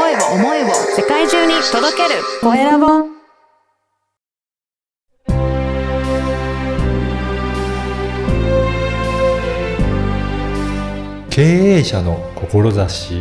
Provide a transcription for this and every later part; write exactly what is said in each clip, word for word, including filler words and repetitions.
声を、思いを世界中に届けるコエラボ。 経営者の志。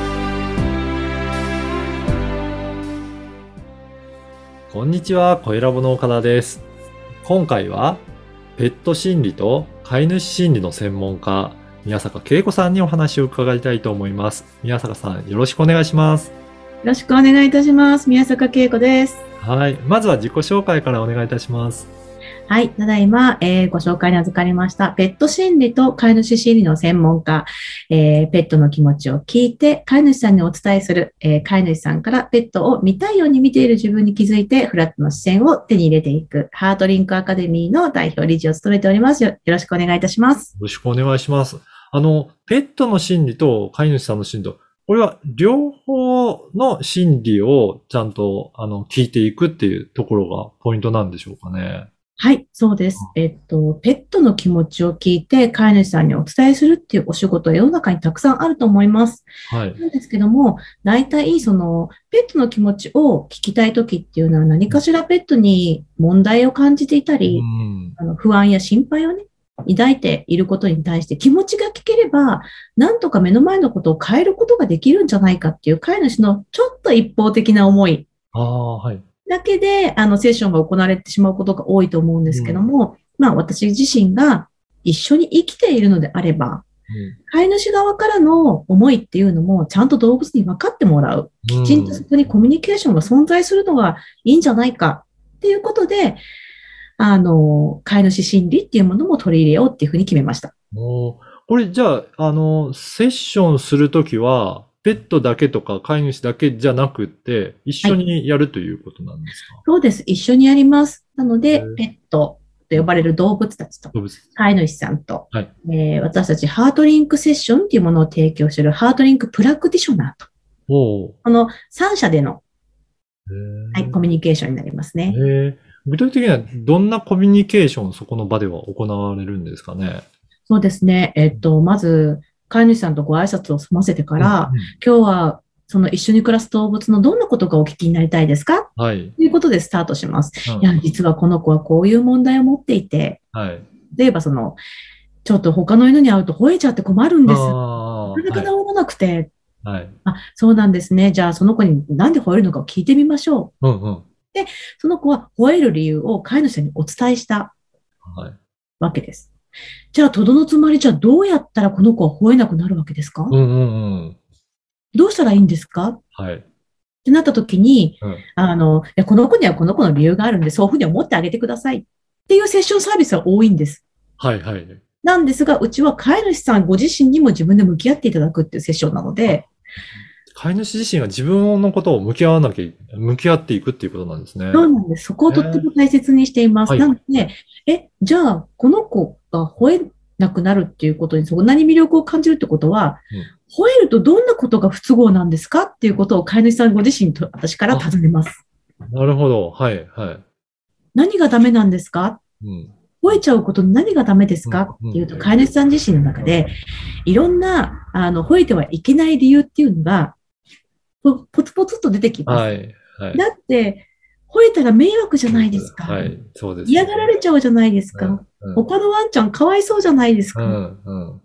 こんにちは、コエラボの岡田です。今回はペット心理と飼い主心理の専門家、宮坂恵子さんにお話を伺いたいと思います。宮坂さん、よろしくお願いします。 よろしくお願いいたします。宮坂恵子です。 はい、まずは自己紹介からお願いいたします。 はい、ただいま、えー、ご紹介に預かりました。ペット心理と飼い主心理の専門家、えー、ペットの気持ちを聞いて飼い主さんにお伝えする、えー、飼い主さんからペットを見たいように見ている自分に気づいてフラットの視線を手に入れていくハートリンクアカデミーの代表理事を務めております。よ、よろしくお願いいたします。 よろしくお願いします。あの、ペットの心理と飼い主さんの心理と、これは両方の心理をちゃんとあの聞いていくっていうところがポイントなんでしょうかね。 はい、そうです。えっと、ペットの気持ちを聞いて飼い主さんにお伝えするっていうお仕事は世の中にたくさんあると思います。 はい。 なんですけども、大体そのペットの気持ちを聞きたいときっていうのは何かしらペットに問題を感じていたり、 うん、 あの不安や心配をね、抱いていることに対して気持ちが聞ければ、なんとか目の前のことを変えることができるんじゃないかっていう飼い主のちょっと一方的な思い。 ああ、はい。 だけで、あの、セッションが行われてしまうことが多いと思うんですけども、うん、まあ、私自身が一緒に生きているのであれば、うん、飼い主側からの思いっていうのも、ちゃんと動物に分かってもらう。きちんとそこにコミュニケーションが存在するのがいいんじゃないかっていうことで、あの、飼い主心理っていうものも取り入れようっていうふうに決めました。 おこれ、じゃあ、あの、セッションするときは、ペットだけとか飼い主だけじゃなくて、一緒にやるということなんですか？ はい、そうです。一緒にやります。なので、ペットと呼ばれる動物たちと、飼い主さんと、はいえー、私たちハートリンクセッションっていうものを提供しているハートリンクプラクティショナーと、このさん社での、はい、コミュニケーションになりますね。 具体的にはどんなコミュニケーションをそこの場では行われるんですかね？ そうですね。えっと、まず、飼い主さんとご挨拶を済ませてから、うんうん、今日はその一緒に暮らす動物のどんなことがお聞きになりたいですか、はい、ということでスタートします。うん、いや、実はこの子はこういう問題を持っていて、はい、例えばその、ちょっと他の犬に会うと吠えちゃって困るんです。なかなか治らなくて、はい、あ、そうなんですね。じゃあその子になんで吠えるのかを聞いてみましょう。うんうん、で、その子は吠える理由を飼い主さんにお伝えしたわけです。じゃあ、とどのつまり、じゃあどうやったらこの子は吠えなくなるわけですか、うんうんうん、どうしたらいいんですか、はい、ってなった時に、うん、あの、いや、この子にはこの子の理由があるんで、そういうふうに思ってあげてくださいっていうセッションサービスは多いんです。 はいはい。 なんですが、うちは飼い主さんご自身にも自分で向き合っていただくっていうセッションなので、 飼い主自身が自分のことを向き合わなきゃ、向き合っていくっていうことなんですね。 そうなんです。そこをとっても大切にしています。なので、え、じゃあ、この子が吠えなくなるっていうことにそんなに魅力を感じるってことは、うん、吠えるとどんなことが不都合なんですかっていうことを飼い主さんご自身と私から尋ねます。 なるほど。はい、はい。 何がダメなんですか、うん、吠えちゃうことに何がダメですか、うん、っていうと、飼い主さん自身の中で、いろんな、あの、吠えてはいけない理由っていうのが、ポツポツっと出てきます。はいはい、だって、吠えたら迷惑じゃないですか。はい、そうですね、嫌がられちゃうじゃないですか。うんうん、他のワンちゃんかわいそうじゃないですか。うんうん、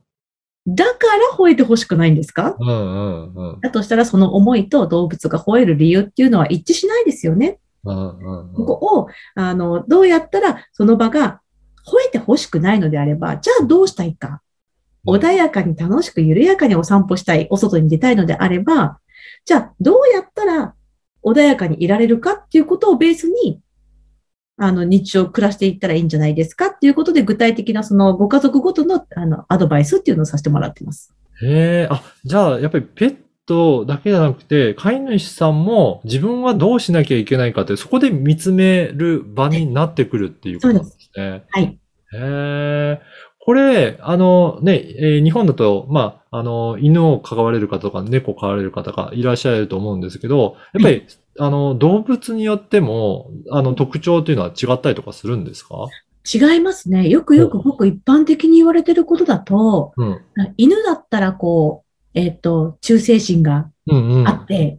だから吠えてほしくないんですか、うんうんうん、だとしたらその思いと動物が吠える理由っていうのは一致しないですよね。うんうんうん、ここをあのどうやったらその場が吠えてほしくないのであれば、じゃあどうしたいか。穏やかに楽しく緩やかにお散歩したい、お外に出たいのであれば、じゃあどうやったら穏やかにいられるかっていうことをベースに、あの、日常を暮らしていったらいいんじゃないですかっていうことで、具体的なそのご家族ごとの、あの、アドバイスっていうのをさせてもらってます。 へえ、あ、じゃあ、やっぱりペットだけじゃなくて、飼い主さんも自分はどうしなきゃいけないかって、そこで見つめる場になってくるっていうことなんですね。そうです。はい。へえ。これ、あのね、えー、日本だと、まあ、あの、犬を飼われる方とか猫を飼われる方がいらっしゃると思うんですけど、やっぱり、はい、あの、動物によっても、あの、特徴というのは違ったりとかするんですか？ 違いますね。よくよくごく一般的に言われてることだと、うん、犬だったらこう、えっと、忠誠心があって、うんうん、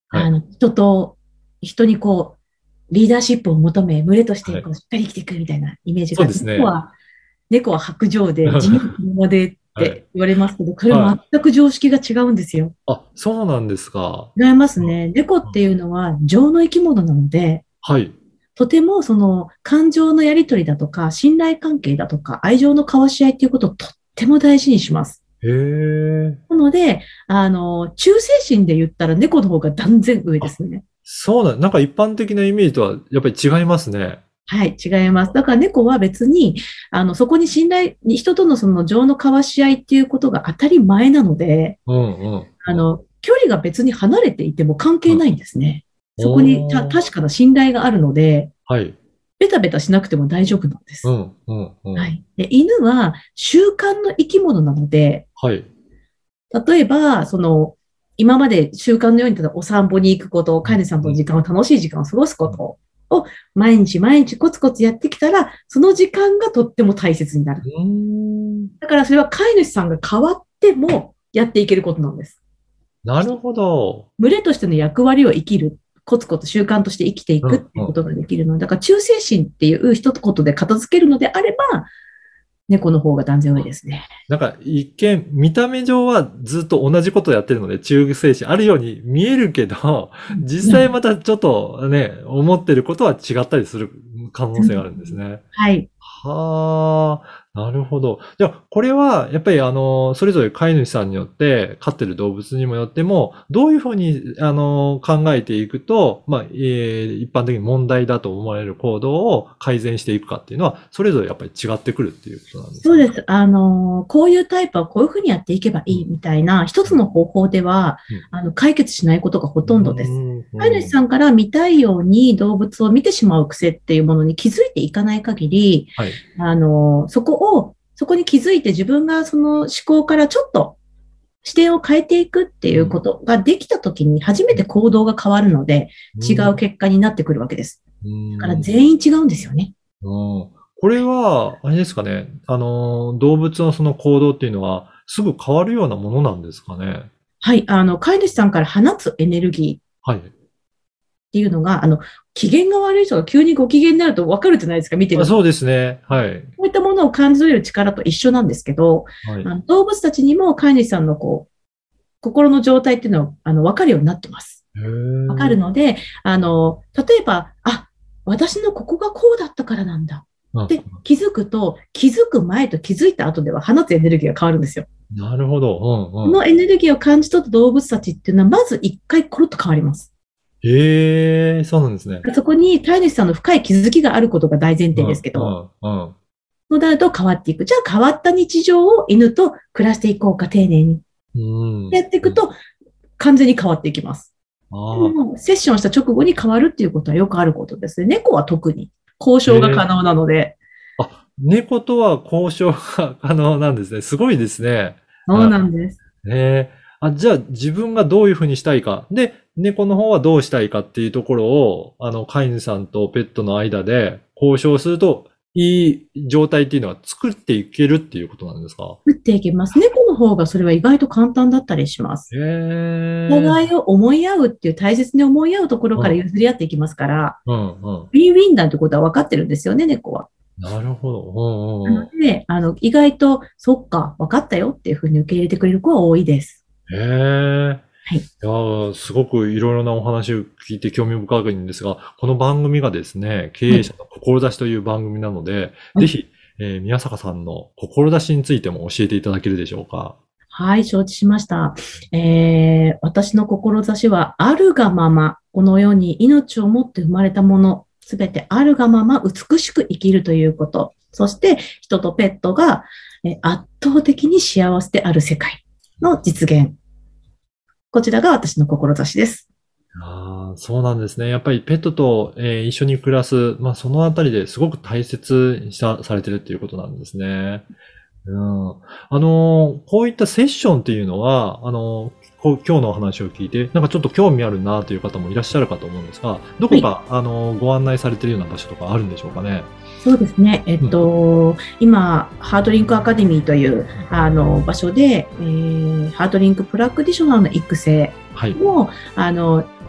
はいあの、人と、人にこう、リーダーシップを求め、群れとしてこうしっかり生きていくみたいなイメージがあって、 そうですね。 猫は、猫は白状で、自由気ままでっはいて言われますけど、これは全く常識が違うんですよ。 あ、そうなんですか。 違いますね。猫っていうのは情の生き物なので、 はい。 とてもその感情のやり取りだとか、信頼関係だとか、愛情の交わし合いっていうことをとっても大事にします。 へえ。 なので、あの、忠誠心で言ったら猫の方が断然上ですね。 そうなん、なんか一般的なイメージとはやっぱり違いますね。 はい、違います。だから猫は別に、あの、そこに信頼、人とのその情の交わし合いっていうことが当たり前なので、 うんうん。 あの、距離が別に離れていても関係ないんですね。 うんそこにたおー確かな信頼があるので、 はい。 ベタベタしなくても大丈夫なんです。 うんうんうん。 はい。で、犬は習慣の生き物なので、 はい。 例えば、その、今まで習慣のようにただお散歩に行くこと、飼い主さんとの時間を楽しい時間を過ごすことを毎日毎日コツコツやってきたら、その時間がとっても大切になる。 うーん。 だからそれは飼い主さんが変わってもやっていけることなんです。 なるほど。 群れとしての役割を生きる。コツコツ習慣として生きていくっていうことができるので、だから忠誠心っていう一言で片付けるのであれば、猫の方が断然多いですね。 なんか一見、見た目上はずっと同じことやってるので、忠誠心あるように見えるけど、実際またちょっとね、思ってることは違ったりする可能性があるんですね。 はい。 はあ、なるほど。じゃあ、これは、やっぱりあの、それぞれ飼い主さんによって、飼ってる動物にもよっても、どういうふうに、あの、考えていくと、まあ、えー一般的に問題だと思われる行動を改善していくかっていうのは、それぞれやっぱり違ってくるっていうことなんですか？ そうです。あの、こういうタイプはこういうふうにやっていけばいいみたいな、一つの方法では、あの、解決しないことがほとんどです。飼い主さんから見たいように動物を見てしまう癖っていうものに気づいていかない限り、 はい。 あの、そこを、そこに気づいて自分がその思考からちょっと視点を変えていくっていうことができたときに初めて行動が変わるので、違う結果になってくるわけです。だから全員違うんですよね。 うんこれは、あれですかね。あの、動物のその行動っていうのは、すぐ変わるようなものなんですかね。 はい。あの、飼い主さんから放つエネルギー、 はい。 っていうのが、あの、機嫌が悪い人が急にご機嫌になると分かるじゃないですか、見てると。 そうですね。はい。 こういったものを感じ取れる力と一緒なんですけど、 はい、 あの動物たちにも飼い主さんのこう、心の状態っていうのは、あの、分かるようになってます。分かるので、あの、例えば、あ、私のここがこうだったからなんだ。で、気づくと、気づく前と気づいた後では放つエネルギーが変わるんですよ。 なるほど。うんうん、 このエネルギーを感じ取った動物たちっていうのは、まず一回コロッと変わります。 ええー、そうなんですね。 そこに飼い主さんの深い気づきがあることが大前提ですけど、 うんうんうん、 そうなると変わっていく。じゃあ変わった日常を犬と暮らしていこうか、丁寧に。 うん、 やっていくと、完全に変わっていきます。 あでもセッションした直後に変わるっていうことはよくあることですね。猫は特に交渉が可能なので。 えー、あ、猫とは交渉が可能なんですね。すごいですね。 そうなんです。 えーあ、じゃあ自分がどういうふうにしたいか。で、猫の方はどうしたいかっていうところを、あの、飼い主さんとペットの間で交渉すると、いい状態っていうのは作っていけるっていうことなんですか？ 作っていけます。猫の方がそれは意外と簡単だったりします。 へー。 お互いを思い合うっていう大切に思い合うところから譲り合っていきますから、 うんうん、 ウィンウィンだってことは分かってるんですよね、猫は。 なるほど。うんうん、 なので、あの、意外と、そっか、分かったよっていうふうに受け入れてくれる子は多いです。 へえ。 はい。 いやすごくいろいろなお話を聞いて興味深いんですが、この番組がですね、経営者の志という番組なので、はい、ぜひ、えー、宮坂さんの志についても教えていただけるでしょうか。 はい、承知しました。えー、私の志は、あるがまま、この世に命を持って生まれたもの、すべてあるがまま美しく生きるということ。そして、人とペットが、えー、圧倒的に幸せである世界の実現。こちらが私の志です。 ああ、そうなんですね。やっぱりペットと、えー、一緒に暮らす、まあそのあたりですごく大切にされてるっていうことなんですね。うん、あの、こういったセッションっていうのは、あの、今日のお話を聞いて、なんかちょっと興味あるなという方もいらっしゃるかと思うんですが、どこか、はい、あの、ご案内されているような場所とかあるんでしょうかね。 そうですね。えっと、うん、今、ハートリンクアカデミーという、あの、場所で、えー、ハートリンクプラクティショナーの育成も、はい、あの、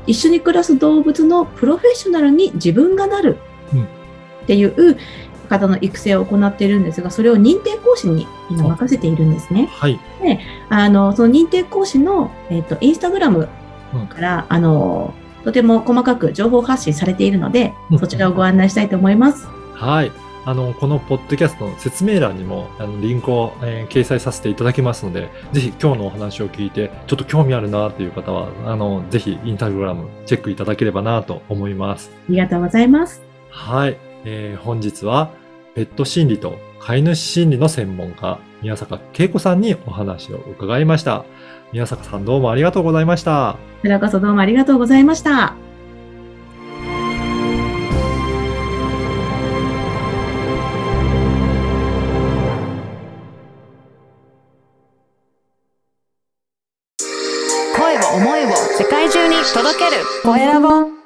一緒に暮らす動物のプロフェッショナルに自分がなるっていう方の育成を行っているんですが、それを認定講師に今任せているんですね。 はい。 で、あの、その認定講師の、えっと、インスタグラムから、うん、あの、とても細かく情報発信されているので、うん、そちらをご案内したいと思います。 はい。あの、このポッドキャストの説明欄にも、あの、リンクを、えー、掲載させていただきますので、ぜひ今日のお話を聞いて、ちょっと興味あるなという方は、あの、ぜひインスタグラムチェックいただければなと思います。 ありがとうございます。 はい。えー、本日は、ペット心理と飼い主心理の専門家、宮坂恵子さんにお話を伺いました。宮坂さんどうもありがとうございました。 こちらこそどうもありがとうございました。 声を思いを世界中に届けるコエラボ。